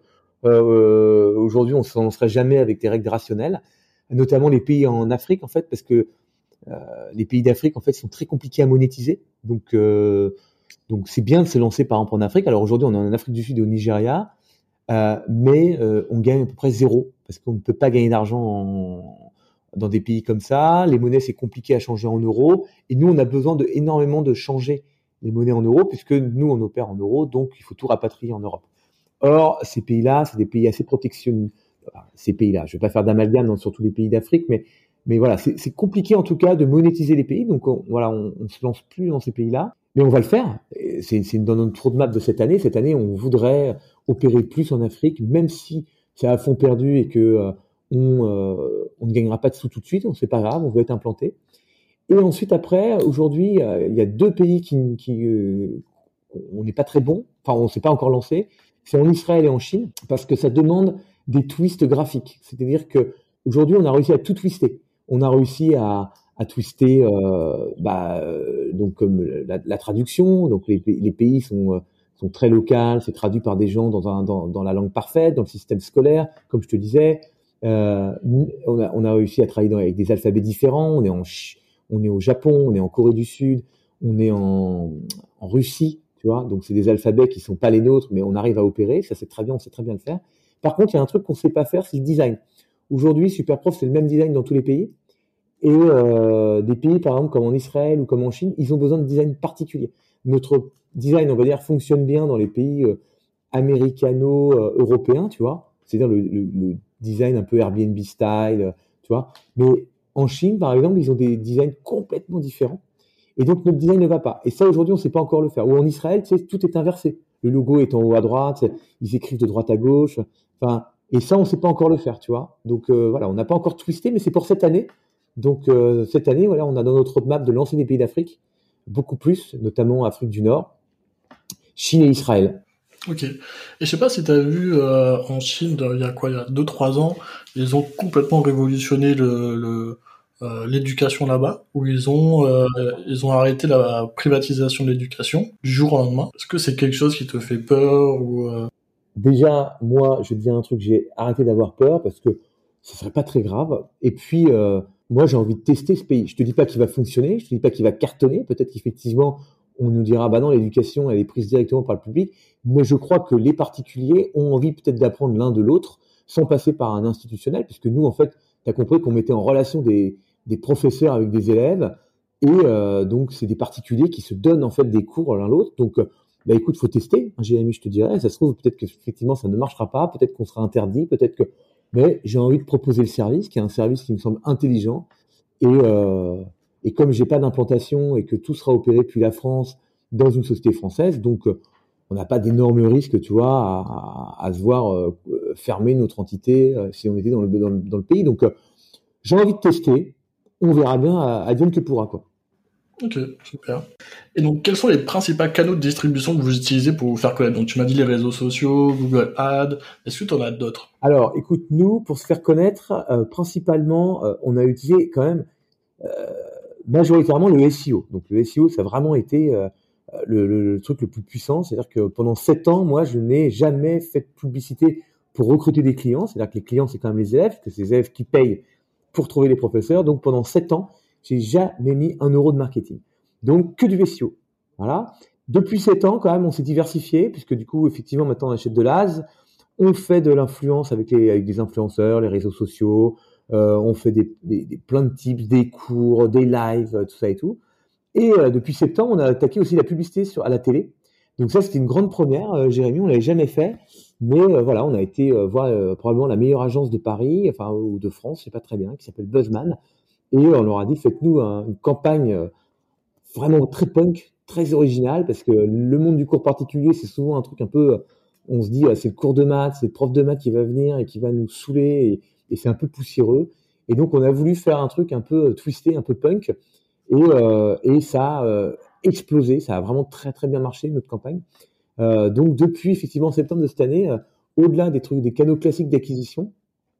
[SPEAKER 1] euh, aujourd'hui, on ne se lancerait jamais avec des règles rationnelles, notamment les pays en Afrique, en fait, parce que euh, les pays d'Afrique, en fait, sont très compliqués à monétiser. Donc, euh, donc c'est bien de se lancer, par exemple, en Afrique. Alors aujourd'hui, on est en Afrique du Sud et au Nigeria, euh, mais euh, on gagne à peu près zéro, parce qu'on ne peut pas gagner d'argent en, dans des pays comme ça. Les monnaies, c'est compliqué à changer en euros. Et nous, on a besoin de énormément de changer les monnaies en euros, puisque nous, on opère en euros, donc il faut tout rapatrier en Europe. Or, ces pays-là, c'est des pays assez protectionnistes. Ces pays-là, je ne vais pas faire d'amalgame sur tous les pays d'Afrique, mais mais voilà, c'est, c'est compliqué en tout cas de monétiser les pays. Donc on, voilà, on, on se lance plus dans ces pays-là, mais on va le faire. Et C'est, c'est dans notre roadmap de cette année. Cette année, on voudrait opérer plus en Afrique, même si c'est à fond perdu et que euh, on, euh, on ne gagnera pas de sous tout de suite. On c'est pas grave, on veut être implanté. Et ensuite, après, aujourd'hui, euh, il y a deux pays qui, qui euh, on n'est pas très bon. Enfin, on ne s'est pas encore lancé. C'est en Israël et en Chine, parce que ça demande des twists graphiques. C'est-à-dire que aujourd'hui, on a réussi à tout twister. On a réussi à, à twister, euh, bah, euh, donc comme la, la traduction. Donc les, les pays sont euh, sont très locaux. C'est traduit par des gens dans un dans, dans la langue parfaite, dans le système scolaire, comme je te disais. Euh, on a on a réussi à travailler dans, avec des alphabets différents. On est en Ch- on est au Japon, on est en Corée du Sud, on est en en Russie. Tu vois, donc c'est des alphabets qui sont pas les nôtres, mais on arrive à opérer. Ça c'est très bien, on sait très bien le faire. Par contre, il y a un truc qu'on sait pas faire, c'est le design. Aujourd'hui, SuperProf, c'est le même design dans tous les pays. Et euh, des pays, par exemple, comme en Israël ou comme en Chine, ils ont besoin de design particulier. Notre design, on va dire, fonctionne bien dans les pays euh, américano-européens, tu vois. C'est-à-dire le, le, le design un peu Airbnb style, euh, tu vois. Mais en Chine, par exemple, ils ont des designs complètement différents. Et donc, notre design ne va pas. Et ça, aujourd'hui, on ne sait pas encore le faire. Ou en Israël, tu sais, tout est inversé. Le logo est en haut à droite, ils écrivent de droite à gauche. Enfin, et ça, on ne sait pas encore le faire, tu vois. Donc, euh, voilà, on n'a pas encore twisté, mais c'est pour cette année. Donc, euh, cette année, voilà, on a dans notre roadmap de lancer des pays d'Afrique, beaucoup plus, notamment Afrique du Nord, Chine et Israël.
[SPEAKER 2] Ok. Et je sais pas si tu as vu euh, en Chine, de- il y a quoi, il y a deux trois ans, ils ont complètement révolutionné le, le, euh, l'éducation là-bas, où ils ont, euh, ils ont arrêté la privatisation de l'éducation du jour au lendemain. Est-ce que c'est quelque chose qui te fait peur ou euh,
[SPEAKER 1] Déjà, moi, je vais te dire un truc, j'ai arrêté d'avoir peur parce que ce serait pas très grave. Et puis, euh, moi, j'ai envie de tester ce pays. Je te dis pas qu'il va fonctionner, je te dis pas qu'il va cartonner. Peut-être qu'effectivement, on nous dira, bah non, l'éducation, elle est prise directement par le public. Mais je crois que les particuliers ont envie peut-être d'apprendre l'un de l'autre sans passer par un institutionnel, puisque nous, en fait, tu as compris qu'on mettait en relation des, des professeurs avec des élèves. Et euh, donc, c'est des particuliers qui se donnent en fait des cours l'un l'autre. Donc, euh, bah écoute, faut tester, hein, Jérémy, je te dirais. Ça se trouve, peut-être que effectivement, ça ne marchera pas, peut-être qu'on sera interdit, peut-être que. Mais j'ai envie de proposer le service, qui est un service qui me semble intelligent. Et, euh, et comme j'ai pas d'implantation et que tout sera opéré depuis la France dans une société française, donc euh, on n'a pas d'énormes risques, tu vois, à, à, à se voir euh, fermer notre entité euh, si on était dans le, dans le, dans le pays. Donc euh, j'ai envie de tester. On verra bien, à, à Dieu que pourra, quoi.
[SPEAKER 2] Ok, super. Et donc, quels sont les principaux canaux de distribution que vous utilisez pour vous faire connaître? Donc, tu m'as dit les réseaux sociaux, Google Ads. Est-ce que tu en as d'autres?
[SPEAKER 1] Alors, écoute, nous, pour se faire connaître, euh, principalement, euh, on a utilisé quand même euh, majoritairement le S E O. Donc, le S E O, ça a vraiment été euh, le, le, le truc le plus puissant. C'est-à-dire que pendant sept ans, moi, je n'ai jamais fait de publicité pour recruter des clients. C'est-à-dire que les clients, c'est quand même les élèves, que c'est les élèves qui payent pour trouver les professeurs. Donc, pendant sept ans, j'ai jamais mis un euro de marketing. Donc, que du S E O. Voilà. Depuis sept ans, quand même, on s'est diversifié, puisque du coup, effectivement, maintenant, on achète de l'A S. On fait de l'influence avec, les, avec des influenceurs, les réseaux sociaux. Euh, on fait des, des, des, plein de tips, des cours, des lives, tout ça et tout. Et euh, depuis septembre, on a attaqué aussi la publicité sur, à la télé. Donc ça, c'était une grande première, euh, Jérémy, on l'avait jamais fait. Mais euh, voilà, on a été euh, voir euh, probablement la meilleure agence de Paris, enfin ou de France, je sais pas très bien, qui s'appelle Buzzman. Et on leur a dit, faites-nous un, une campagne euh, vraiment très punk, très originale, parce que le monde du cours particulier, c'est souvent un truc un peu, on se dit, ah, c'est le cours de maths, c'est le prof de maths qui va venir et qui va nous saouler, et, et c'est un peu poussiéreux. Et donc, on a voulu faire un truc un peu twisté, un peu punk, et, euh, et ça a euh, explosé, ça a vraiment très très bien marché, notre campagne. Euh, donc, depuis effectivement septembre de cette année, euh, au-delà des trucs, des canaux classiques d'acquisition,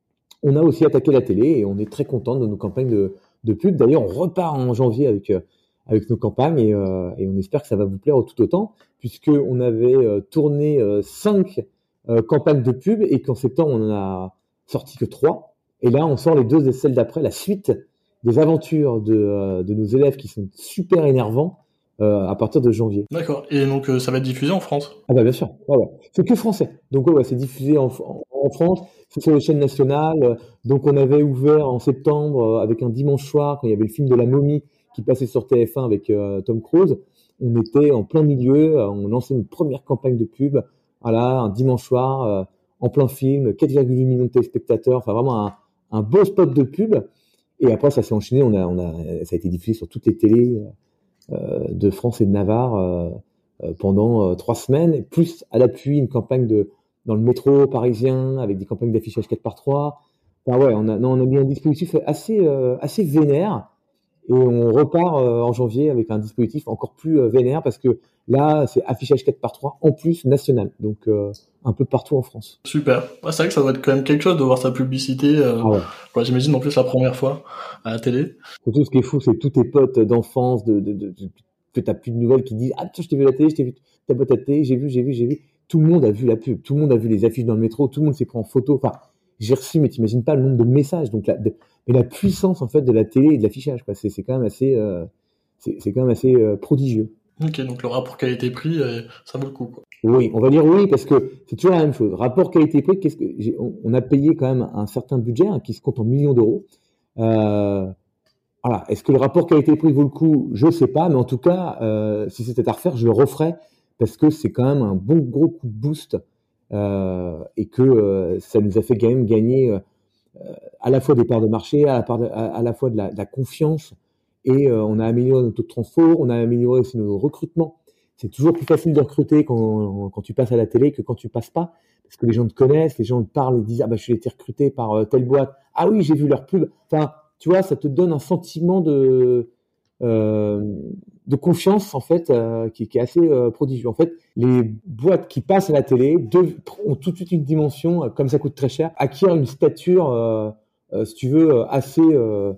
[SPEAKER 1] on a aussi attaqué la télé et on est très content de nos campagnes de, de pub. D'ailleurs, on repart en janvier avec, euh, avec nos campagnes et, euh, et on espère que ça va vous plaire tout autant, puisqu'on avait euh, tourné euh, cinq euh, campagnes de pub et qu'en septembre, on en a sorti que trois. Et là, on sort les deux et celles d'après, la suite des aventures de, euh, de nos élèves qui sont super énervants euh, à partir de janvier.
[SPEAKER 2] D'accord. Et donc, euh, ça va être diffusé en France?
[SPEAKER 1] Ah bah bien sûr, ouais, ouais. C'est que français. Donc ouais, ouais, c'est diffusé en, en, en France, c'est sur les chaînes nationales. Donc on avait ouvert en septembre euh, avec un dimanche soir quand il y avait le film de la momie qui passait sur T F un avec euh, Tom Cruise. On était en plein milieu, euh, on lançait une première campagne de pub. Voilà, un dimanche soir euh, en plein film, quatre virgule huit millions de téléspectateurs. Enfin vraiment un, un beau spot de pub. Et après, ça s'est enchaîné. On a, on a, ça a été diffusé sur toutes les télés euh, de France et de Navarre euh, euh, pendant euh, trois semaines, plus à l'appui une campagne de dans le métro parisien avec des campagnes d'affichage quatre par trois. Enfin ouais, on a, non, on a mis un dispositif assez, euh, assez vénère. Et on repart euh, en janvier avec un dispositif encore plus euh, vénère parce que là, c'est affichage quatre par trois en plus national, donc euh, un peu partout en France.
[SPEAKER 2] Super. Ouais, c'est vrai que ça doit être quand même quelque chose de voir sa publicité. Euh,
[SPEAKER 1] Ah ouais.
[SPEAKER 2] quoi, j'imagine en plus la première fois à la télé.
[SPEAKER 1] Surtout, ce qui est fou, c'est tous tes potes d'enfance, de, de, de, de- que t'as plus de nouvelles, qui disent ah tiens, je t'ai vu à la télé, je t'ai vu ta boîte à télé, j'ai vu, j'ai vu, j'ai vu. Tout le monde a vu la pub, tout le monde a vu les affiches dans le métro, tout le monde s'est pris en photo. Enfin, j'ai reçu, mais t'imagines pas le nombre de messages. Donc, la, de- mais la puissance en fait de la télé et de l'affichage, quoi. C'est, c'est quand même assez, euh, c'est, c'est quand même assez euh, prodigieux.
[SPEAKER 2] Ok, donc le rapport qualité-prix, euh, ça vaut le coup, quoi.
[SPEAKER 1] Oui, on va dire oui parce que c'est toujours la même chose. Rapport qualité-prix, qu'est-ce que j'ai, on, on a payé quand même un certain budget hein, qui se compte en millions d'euros. Euh, voilà, est-ce que le rapport qualité-prix vaut le coup? Je sais pas, mais en tout cas, euh, si c'était à refaire, je le referais parce que c'est quand même un bon gros coup de boost euh, et que euh, ça nous a fait quand même gagner euh, à la fois des parts de marché, à la, part de- à, à la fois de la, de la confiance et euh, on a amélioré notre taux de transfert, on a amélioré aussi nos recrutements. C'est toujours plus facile de recruter quand, quand tu passes à la télé que quand tu passes pas parce que les gens te connaissent, les gens te parlent et disent ah bah je suis été recruté par euh, telle boîte, ah oui j'ai vu leur pub. Enfin, tu vois, ça te donne un sentiment de euh, de confiance en fait euh, qui, qui est assez euh, prodigieux. En fait, les boîtes qui passent à la télé dev- ont tout de suite une dimension, euh, comme ça coûte très cher, acquièrent une stature, euh, euh, si tu veux, euh, assez euh,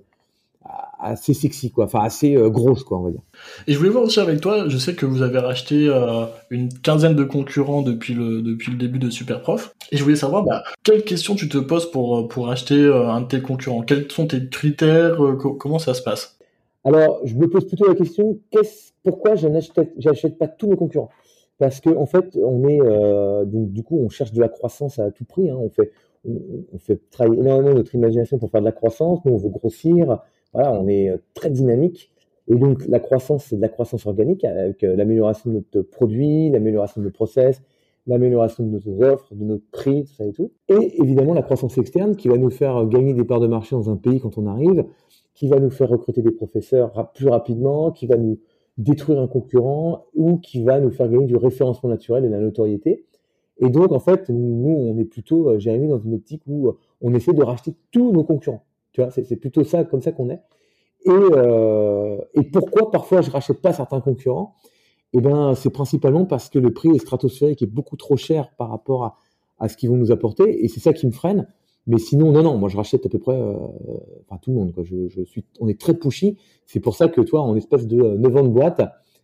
[SPEAKER 1] assez sexy quoi, enfin assez euh, grosse quoi, on va dire.
[SPEAKER 2] Et je voulais voir aussi avec toi, je sais que vous avez racheté euh, une quinzaine de concurrents depuis le depuis le début de Superprof. Et je voulais savoir, bah, quelles questions tu te poses pour pour acheter euh, un de tes concurrents? Quels sont tes critères? euh, co- comment ça se passe?
[SPEAKER 1] Alors, je me pose plutôt la question, qu'est-ce, pourquoi je n'achète, j'achète pas tous mes concurrents? Parce que en fait, on est euh, donc du coup, on cherche de la croissance à tout prix. Hein. On fait, on, on fait travailler énormément notre imagination pour faire de la croissance. Nous, on veut grossir. Voilà, on est euh, très dynamique. Et donc, la croissance, c'est de la croissance organique avec euh, l'amélioration de notre produit, l'amélioration de nos process, l'amélioration de nos offres, de notre prix, tout ça et tout. Et évidemment, la croissance externe qui va nous faire gagner des parts de marché dans un pays quand on arrive, qui va nous faire recruter des professeurs ra- plus rapidement, qui va nous détruire un concurrent ou qui va nous faire gagner du référencement naturel et de la notoriété. Et donc, en fait, nous, on est plutôt, euh, Jérémy, dans une optique où euh, on essaie de racheter tous nos concurrents. Tu vois, c'est c'est plutôt ça, comme ça qu'on est. Et, euh, et pourquoi parfois je rachète pas certains concurrents? Eh ben, c'est principalement parce que le prix est stratosphérique et beaucoup trop cher par rapport à, à ce qu'ils vont nous apporter, et c'est ça qui me freine. Mais sinon, non, non, moi je rachète à peu près, euh, enfin tout le monde, quoi. Je, je suis, on est très pushy. C'est pour ça que toi, en espace de euh, neuf ans de boîte,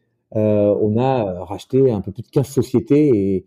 [SPEAKER 1] euh, on a racheté un peu plus de quinze sociétés et,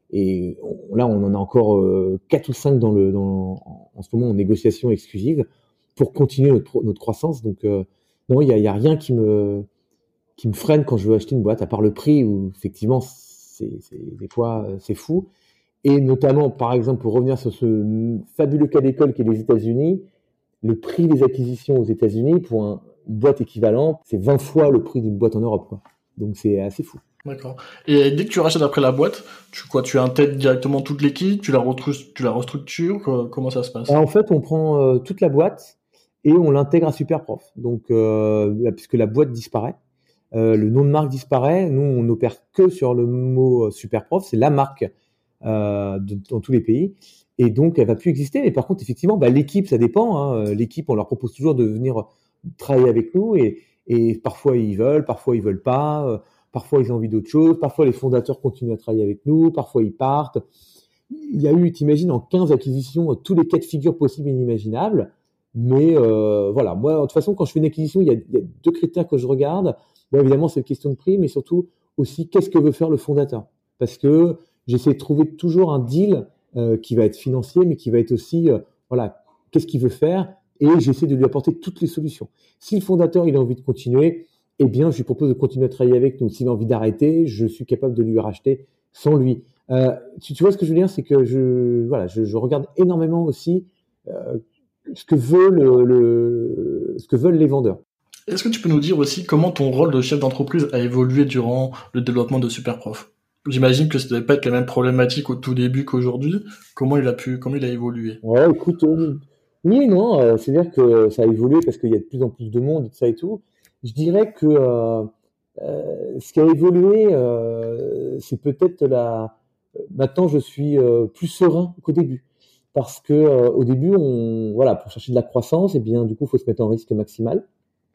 [SPEAKER 1] et on- là, on en a encore euh, quatre ou cinq dans le, dans, en, en ce moment en négociation exclusive pour continuer notre, pro- notre croissance. Donc, euh, non, il y a, il y a rien qui me, qui me freine quand je veux acheter une boîte, à part le prix où effectivement, c'est, c'est, des fois, euh, c'est fou. Et notamment, par exemple, pour revenir sur ce fabuleux cas d'école qui est les États-Unis, le prix des acquisitions aux États-Unis pour un- une boîte équivalente, c'est vingt fois le prix d'une boîte en Europe, quoi. Donc c'est assez fou.
[SPEAKER 2] D'accord. Et dès que tu rachètes après la boîte, tu quoi, tu intègres directement toute l'équipe, tu la retru- tu la restructures, co- comment ça se passe?
[SPEAKER 1] Alors, en fait, on prend euh, toute la boîte et on l'intègre à Superprof. Donc, euh, puisque la boîte disparaît, euh, le nom de marque disparaît. Nous, on n'opère que sur le mot euh, Superprof. C'est la marque euh, de- dans tous les pays. Et donc, elle va plus exister. Mais par contre, effectivement, bah, l'équipe, ça dépend. Hein. L'équipe, on leur propose toujours de venir travailler avec nous. Et, et parfois, ils veulent, parfois, ils veulent pas. euh, Parfois, ils ont envie d'autre chose. Parfois, les fondateurs continuent à travailler avec nous. Parfois, ils partent. Il y a eu, t'imagines, en quinze acquisitions, euh, tous les cas de figure possibles et inimaginables. Mais euh, voilà, moi, de toute façon, quand je fais une acquisition, il y a, il y a deux critères que je regarde. Bon, évidemment, c'est une question de prix, mais surtout aussi, qu'est-ce que veut faire le fondateur? Parce que j'essaie de trouver toujours un deal euh, qui va être financier, mais qui va être aussi, euh, voilà, qu'est-ce qu'il veut faire? Et j'essaie de lui apporter toutes les solutions. Si le fondateur, il a envie de continuer, eh bien, je lui propose de continuer à travailler avec nous. S'il a envie d'arrêter, je suis capable de lui racheter sans lui. Euh, tu, tu vois ce que je veux dire, c'est que je, voilà, je, je regarde énormément aussi euh, ce que veut le, le, ce que veulent les vendeurs.
[SPEAKER 2] Est-ce que tu peux nous dire aussi comment ton rôle de chef d'entreprise a évolué durant le développement de Superprof? J'imagine que ça devait pas être les mêmes problématiques au tout début qu'aujourd'hui. Comment il a pu, comment il a évolué?
[SPEAKER 1] Ouais, écoute, euh, Oui et non, euh, c'est-à-dire que ça a évolué parce qu'il y a de plus en plus de monde, et tout ça et tout. Je dirais que euh, euh, ce qui a évolué, euh, c'est peut-être la. Maintenant, je suis euh, plus serein qu'au début, parce que euh, au début, on voilà, pour chercher de la croissance, et bien du coup, il faut se mettre en risque maximal.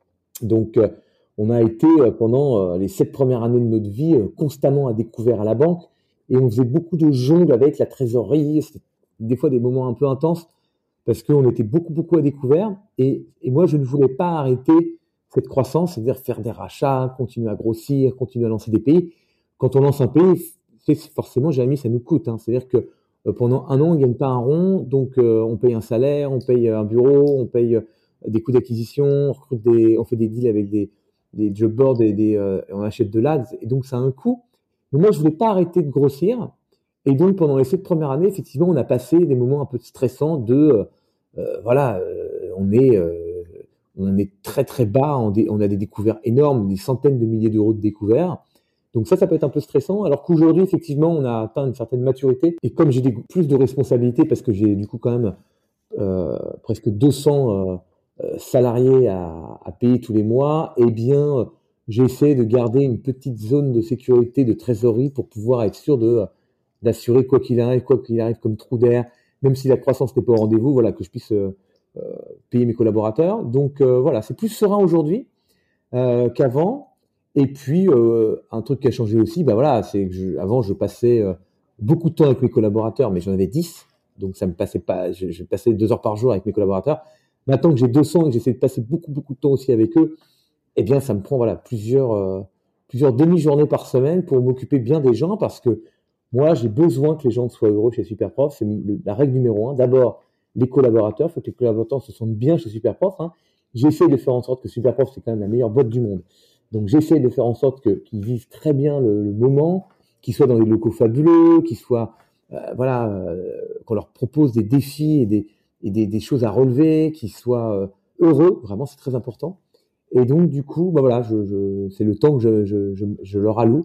[SPEAKER 1] Donc, euh, on a été euh, pendant euh, les sept premières années de notre vie euh, constamment à découvert à la banque, et on faisait beaucoup de jongles avec la trésorerie. C'était des fois des moments un peu intenses parce qu'on était beaucoup, beaucoup à découvert. Et, et moi, je ne voulais pas arrêter cette croissance, c'est-à-dire faire des rachats, continuer à grossir, continuer à lancer des pays. Quand on lance un pays, c'est forcément, Jérémy, ça nous coûte. Hein. C'est-à-dire que euh, pendant un an, on ne gagne pas un rond, donc euh, on paye un salaire, on paye un bureau, on paye euh, des coûts d'acquisition, on recrute des, on fait des deals avec des, des job boards et des, euh, on achète de l'ads, et donc ça a un coût. Mais moi, je voulais pas arrêter de grossir. Et donc, pendant les sept premières années, effectivement, on a passé des moments un peu stressants de, euh, euh, voilà, euh, on est, euh, on est très très bas, on, dé- on a des découvertes énormes, des centaines de milliers d'euros de découvertes. Donc ça, ça peut être un peu stressant. Alors qu'aujourd'hui, effectivement, on a atteint une certaine maturité. Et comme j'ai des, plus de responsabilités, parce que j'ai du coup quand même euh, presque deux cents euh, euh, salariés à, à payer tous les mois, eh bien, euh, j'essaie de garder une petite zone de sécurité, de trésorerie pour pouvoir être sûr de d'assurer quoi qu'il arrive, quoi qu'il arrive comme trou d'air, même si la croissance n'est pas au rendez-vous, voilà, que je puisse euh, euh, payer mes collaborateurs. Donc euh, voilà, c'est plus serein aujourd'hui euh, qu'avant. Et puis euh, un truc qui a changé aussi, bah voilà, c'est que je, avant je passais euh, beaucoup de temps avec mes collaborateurs, mais j'en avais dix, donc ça me passait pas, je, je passais deux heures par jour avec mes collaborateurs. Maintenant que j'ai deux cents et que j'essaie de passer beaucoup beaucoup de temps aussi avec eux, eh bien ça me prend voilà plusieurs euh, plusieurs demi-journées par semaine pour m'occuper bien des gens parce que moi j'ai besoin que les gens soient heureux chez Superprof, c'est le- la règle numéro un. D'abord les collaborateurs, il faut que les collaborateurs se sentent bien chez Superprof. Hein. J'essaie de faire en sorte que Superprof c'est quand même la meilleure boîte du monde. Donc j'essaie de faire en sorte que qu'ils vivent très bien le, le moment, qu'ils soient dans des locaux fabuleux, qu'ils soient euh, voilà, euh, qu'on leur propose des défis et des et des, des choses à relever, qu'ils soient euh, heureux, vraiment c'est très important. Et donc, du coup, bah voilà, je, je, c'est le temps que je, je, je, je leur alloue.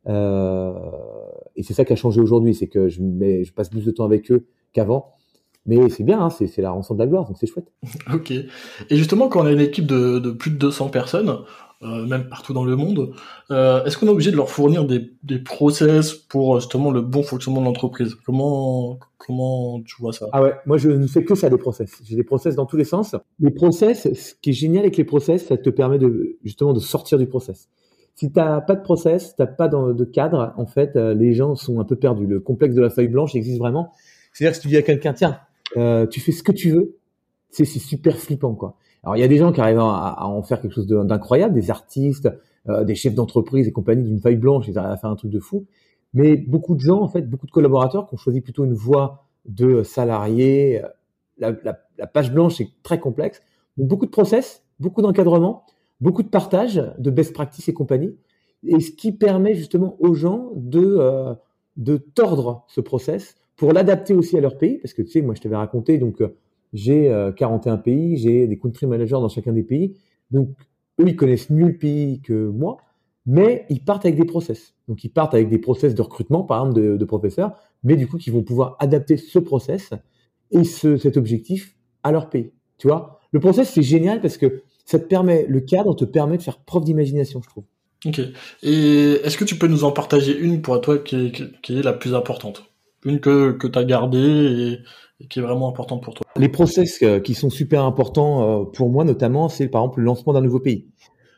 [SPEAKER 1] Euh, et c'est ça qui a changé aujourd'hui, c'est que je, mets, je passe plus de temps avec eux qu'avant. Mais c'est bien, hein, c'est, c'est la rançon de la gloire, donc c'est chouette.
[SPEAKER 2] Ok. Et justement, quand on a une équipe de, de plus de deux cents personnes, euh, même partout dans le monde, euh, est-ce qu'on est obligé de leur fournir des, des process pour euh, justement le bon fonctionnement de l'entreprise? Comment, comment tu vois ça?
[SPEAKER 1] Ah ouais, moi je ne fais que ça, des process. J'ai des process dans tous les sens. Les process, ce qui est génial avec les process, ça te permet de justement de sortir du process. Si t'as pas de process, t'as pas dans- de cadre, en fait, euh, les gens sont un peu perdus. Le complexe de la feuille blanche existe vraiment. C'est-à-dire que si tu dis à quelqu'un, tiens, euh, tu fais ce que tu veux, c'est c'est super flippant, quoi. Alors il y a des gens qui arrivent à, à en faire quelque chose de- d'incroyable, des artistes, euh, des chefs d'entreprise et compagnie d'une feuille blanche, ils arrivent à faire un truc de fou. Mais beaucoup de gens, en fait, beaucoup de collaborateurs qui ont choisi plutôt une voie de salariés, euh, la, la, la page blanche est très complexe. Donc beaucoup de process, beaucoup d'encadrement, beaucoup de partage de best practices et compagnie. Et ce qui permet justement aux gens de, euh, de tordre ce process pour l'adapter aussi à leur pays. Parce que tu sais, moi je t'avais raconté, donc euh, j'ai euh, quarante et un pays, j'ai des country managers dans chacun des pays. Donc eux, ils connaissent mieux le pays que moi, mais ils partent avec des process. Donc ils partent avec des process de recrutement, par exemple, de, de professeurs, mais du coup qui vont pouvoir adapter ce process et ce, cet objectif à leur pays. Tu vois, le process c'est génial parce que ça te permet, le cadre te permet de faire preuve d'imagination, je trouve.
[SPEAKER 2] Ok. Et est-ce que tu peux nous en partager une pour toi qui est, qui, qui est la plus importante? Une que, que tu as gardée et, et qui est vraiment importante pour toi.
[SPEAKER 1] Les process euh, qui sont super importants euh, pour moi notamment, c'est par exemple le lancement d'un nouveau pays.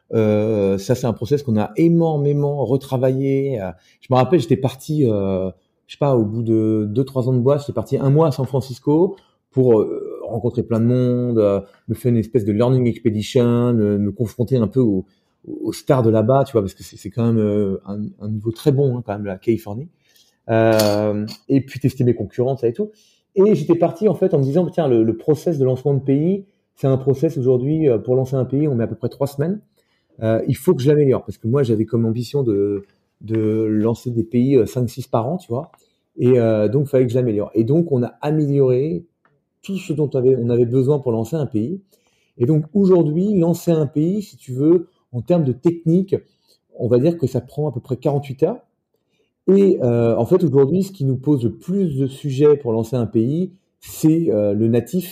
[SPEAKER 1] Euh, ça c'est un process qu'on a énormément retravaillé. Euh, Je me rappelle, j'étais parti, euh, je sais pas, au bout de deux trois ans de boîte, j'étais parti un mois à San Francisco pour euh, rencontrer plein de monde, euh, me faire une espèce de learning expedition, euh, me confronter un peu aux, aux stars de là-bas, tu vois, parce que c'est c'est quand même euh, un, un niveau très bon hein, quand même la Californie. Euh, et puis tester mes concurrents, ça et tout. Et j'étais parti en fait en me disant tiens le, le process de lancement de pays, c'est un process aujourd'hui euh, pour lancer un pays, on met à peu près trois semaines. Euh, il faut que je l'améliore parce que moi j'avais comme ambition de de lancer des pays euh, cinq six par an, tu vois. Et euh, donc il fallait que je l'améliore. Et donc on a amélioré tout ce dont on avait, on avait besoin pour lancer un pays. Et donc aujourd'hui, lancer un pays, si tu veux, en termes de technique, on va dire que ça prend à peu près quarante-huit heures. Et euh, en fait, aujourd'hui, ce qui nous pose le plus de sujets pour lancer un pays, c'est euh, le natif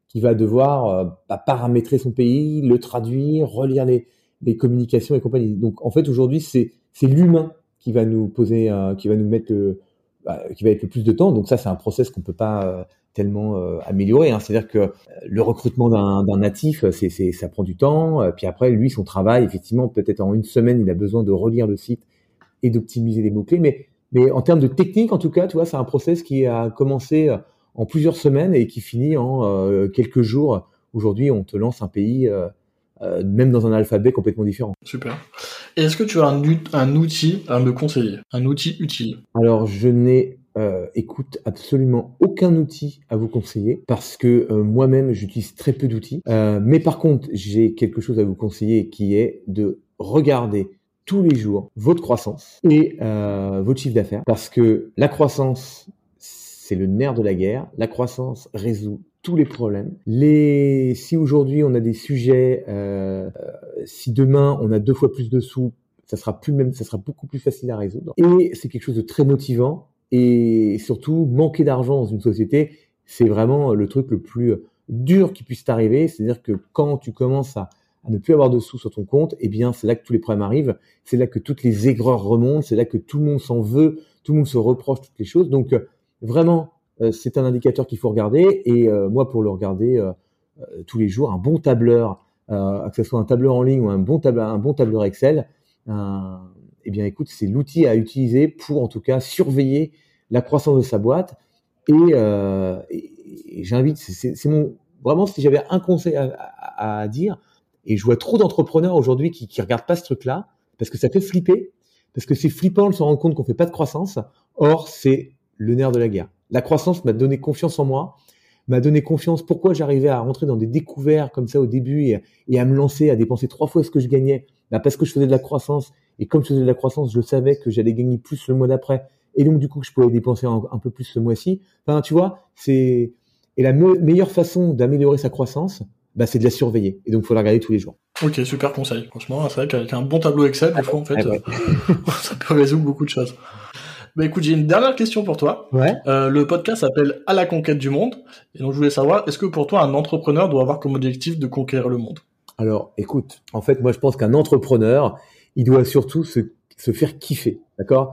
[SPEAKER 1] qui va devoir euh, bah, paramétrer son pays, le traduire, relire les, les communications et compagnie. Donc en fait aujourd'hui c'est c'est l'humain qui va nous poser, euh, qui va nous mettre le, bah, qui va être le plus de temps. Donc ça c'est un process qu'on peut pas euh, tellement euh, améliorer. Hein. C'est-à-dire que euh, le recrutement d'un, d'un natif, c'est, c'est ça prend du temps. Euh, puis après lui son travail, effectivement peut-être en une semaine il a besoin de relire le site et d'optimiser les mots clés. Mais mais en termes de technique en tout cas, tu vois, c'est un process qui a commencé en plusieurs semaines et qui finit en euh, quelques jours. Aujourd'hui, on te lance un pays, euh, euh, même dans un alphabet complètement différent.
[SPEAKER 2] Super. Et est-ce que tu as un, un outil à me conseiller, un outil utile?
[SPEAKER 1] Alors, je n'ai, euh, écoute, absolument aucun outil à vous conseiller parce que euh, moi-même, j'utilise très peu d'outils. Euh, mais par contre, j'ai quelque chose à vous conseiller qui est de regarder tous les jours votre croissance et euh, votre chiffre d'affaires parce que la croissance, c'est le nerf de la guerre. La croissance résout tous les problèmes. Les, si aujourd'hui on a des sujets, euh, si demain on a deux fois plus de sous, ça sera plus même, ça sera beaucoup plus facile à résoudre. Et c'est quelque chose de très motivant. Et surtout, manquer d'argent dans une société, c'est vraiment le truc le plus dur qui puisse t'arriver. C'est-à-dire que quand tu commences à, à ne plus avoir de sous sur ton compte, eh bien c'est là que tous les problèmes arrivent. C'est là que toutes les aigreurs remontent. C'est là que tout le monde s'en veut, tout le monde se reproche toutes les choses. Donc vraiment, euh, c'est un indicateur qu'il faut regarder. Et euh, moi, pour le regarder euh, euh, tous les jours, un bon tableur, euh, que ce soit un tableur en ligne ou un bon tableur, un bon tableur Excel, euh, eh bien, écoute, c'est l'outil à utiliser pour, en tout cas, surveiller la croissance de sa boîte. Et, euh, et, et j'invite, c'est, c'est, c'est mon vraiment, si j'avais un conseil à, à, à dire, et je vois trop d'entrepreneurs aujourd'hui qui, qui regardent pas ce truc-là parce que ça fait flipper, parce que c'est flippant de se rendre compte qu'on fait pas de croissance. Or, c'est le nerf de la guerre. La croissance m'a donné confiance en moi, m'a donné confiance. Pourquoi j'arrivais à rentrer dans des découvertes comme ça au début et, et à me lancer, à dépenser trois fois ce que je gagnais, bah parce que je faisais de la croissance. Et comme je faisais de la croissance, je savais que j'allais gagner plus le mois d'après. Et donc, du coup, que je pouvais dépenser un, un peu plus ce mois-ci. Enfin, tu vois, c'est, et la me- meilleure façon d'améliorer sa croissance, bah, c'est de la surveiller. Et donc, il faut la regarder tous les jours.
[SPEAKER 2] Ok, super conseil. Franchement, c'est vrai qu'avec un bon tableau Excel, des fois, en fait, ah ouais. euh, ça peut résoudre beaucoup de choses. Bah écoute, j'ai une dernière question pour toi.
[SPEAKER 1] Ouais.
[SPEAKER 2] Euh, le podcast s'appelle À la conquête du monde. Et donc, je voulais savoir, est-ce que pour toi, un entrepreneur doit avoir comme objectif de conquérir le monde?
[SPEAKER 1] Alors, écoute, en fait, moi, je pense qu'un entrepreneur, il doit surtout se, se faire kiffer, d'accord?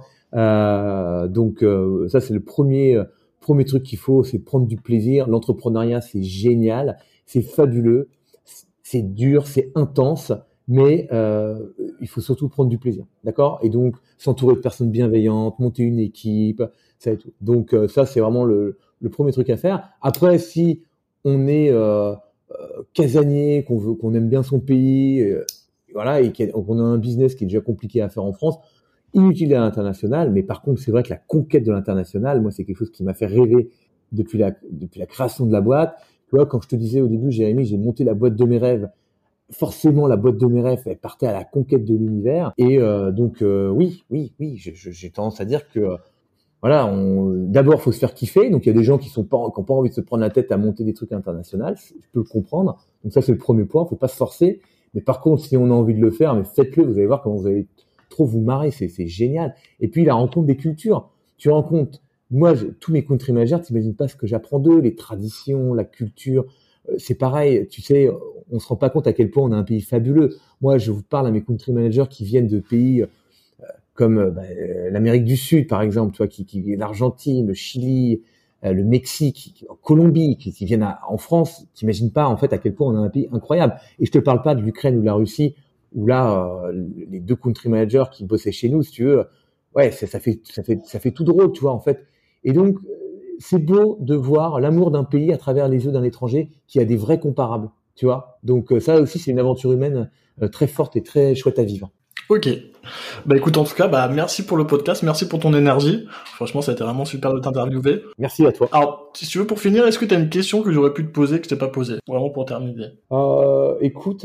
[SPEAKER 1] Euh, donc, euh, ça, c'est le premier, euh, premier truc qu'il faut, c'est prendre du plaisir. L'entrepreneuriat, c'est génial, c'est fabuleux, c'est dur, c'est intense, mais euh, il faut surtout prendre du plaisir, d'accord? Et donc, s'entourer de personnes bienveillantes, monter une équipe, ça et tout. Donc, euh, ça, c'est vraiment le, le premier truc à faire. Après, si on est euh, euh, casanier, qu'on veut, qu'on aime bien son pays, euh, voilà, et qu'on a un business qui est déjà compliqué à faire en France, inutile à l'international. Mais par contre, c'est vrai que la conquête de l'international, moi, c'est quelque chose qui m'a fait rêver depuis la depuis la création de la boîte. Tu vois, quand je te disais au début, Jérémy, j'ai monté la boîte de mes rêves. Forcément, la boîte de mes rêves, elle partait à la conquête de l'univers. Et euh, donc, euh, oui, oui, oui, je, je, j'ai tendance à dire que euh, voilà, on, d'abord, faut se faire kiffer. Donc, il y a des gens qui sont pas, qui ont pas envie de se prendre la tête à monter des trucs internationaux. Je peux le comprendre. Donc, ça, c'est le premier point. Faut pas se forcer. Mais par contre, si on a envie de le faire, mais faites-le. Vous allez voir comment vous allez trop vous marrer. C'est, c'est génial. Et puis, la rencontre des cultures. Tu rencontres, moi, je, tous mes country managers, t'imagines pas ce que j'apprends d'eux, les traditions, la culture. C'est pareil, tu sais, on se rend pas compte à quel point on a un pays fabuleux. Moi, je vous parle à mes country managers qui viennent de pays euh, comme euh, bah, l'Amérique du Sud, par exemple, tu vois, qui, qui l'Argentine, le Chili, euh, le Mexique, qui, Colombie, qui, qui viennent à, en France. T'imagines pas en fait à quel point on a un pays incroyable. Et je te parle pas de l'Ukraine ou de la Russie, où là, euh, les deux country managers qui bossaient chez nous, si tu veux, ouais, ça, ça fait, ça fait, ça fait tout drôle, tu vois, en fait. Et donc c'est beau de voir l'amour d'un pays à travers les yeux d'un étranger qui a des vrais comparables, tu vois. Donc ça aussi, c'est une aventure humaine euh, très forte et très chouette à vivre.
[SPEAKER 2] Ok. Bah écoute, en tout cas, bah merci pour le podcast, merci pour ton énergie. Franchement, ça a été vraiment super de t'interviewer.
[SPEAKER 1] Merci à toi.
[SPEAKER 2] Alors, si tu veux, pour finir, est-ce que tu as une question que j'aurais pu te poser que je t'ai pas posée? Vraiment pour terminer.
[SPEAKER 1] Euh, écoute,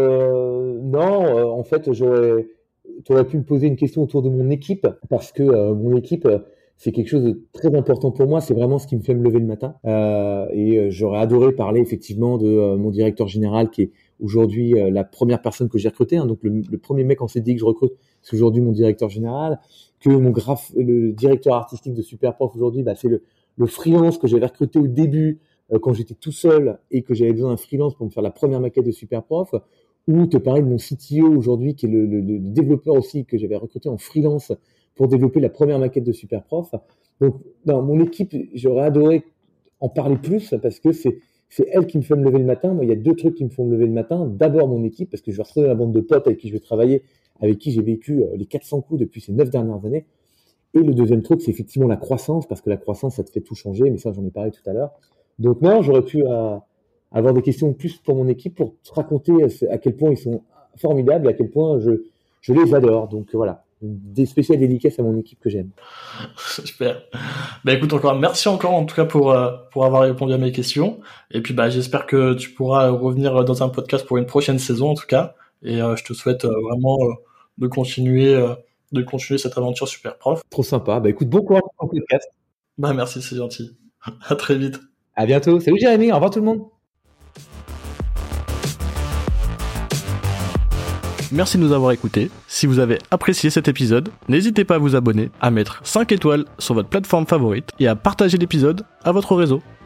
[SPEAKER 1] euh, non, euh, en fait, j'aurais, tu aurais pu me poser une question autour de mon équipe parce que euh, mon équipe. Euh, c'est quelque chose de très important pour moi. C'est vraiment ce qui me fait me lever le matin. Euh, et euh, j'aurais adoré parler effectivement de euh, mon directeur général qui est aujourd'hui euh, la première personne que j'ai recrutée. Hein, donc le, le premier mec en C D I que je recrute, c'est aujourd'hui mon directeur général. Que mon graphe, le directeur artistique de Superprof aujourd'hui, bah, c'est le, le freelance que j'avais recruté au début euh, quand j'étais tout seul et que j'avais besoin d'un freelance pour me faire la première maquette de Superprof, ou te parler de mon C T O aujourd'hui, qui est le, le, le développeur aussi que j'avais recruté en freelance pour développer la première maquette de Superprof. Donc, dans mon équipe, j'aurais adoré en parler plus parce que c'est, c'est elle qui me fait me lever le matin. Moi, il y a deux trucs qui me font me lever le matin. D'abord, mon équipe, parce que je vais retrouver ma bande de potes avec qui je vais travailler, avec qui j'ai vécu les quatre cents coups depuis ces neuf dernières années. Et le deuxième truc, c'est effectivement la croissance, parce que la croissance, ça te fait tout changer, mais ça, j'en ai parlé tout à l'heure. Donc non, j'aurais pu euh, avoir des questions plus pour mon équipe pour te raconter à quel point ils sont formidables et à quel point je, je les adore. Donc voilà, des spéciales dédicaces à mon équipe que j'aime.
[SPEAKER 2] Super. Bah écoute, encore merci encore en tout cas pour euh, pour avoir répondu à mes questions. Et puis bah j'espère que tu pourras revenir dans un podcast pour une prochaine saison en tout cas. Et euh, je te souhaite euh, vraiment euh, de continuer euh, de continuer cette aventure Superprof.
[SPEAKER 1] Trop sympa. Bah écoute, bon courage pour ton podcast.
[SPEAKER 2] Bah merci, c'est gentil. À très vite.
[SPEAKER 1] À bientôt. Salut Jérémy. Au revoir tout le monde.
[SPEAKER 2] Merci de nous avoir écoutés. Si vous avez apprécié cet épisode, n'hésitez pas à vous abonner, à mettre cinq étoiles sur votre plateforme favorite et à partager l'épisode à votre réseau.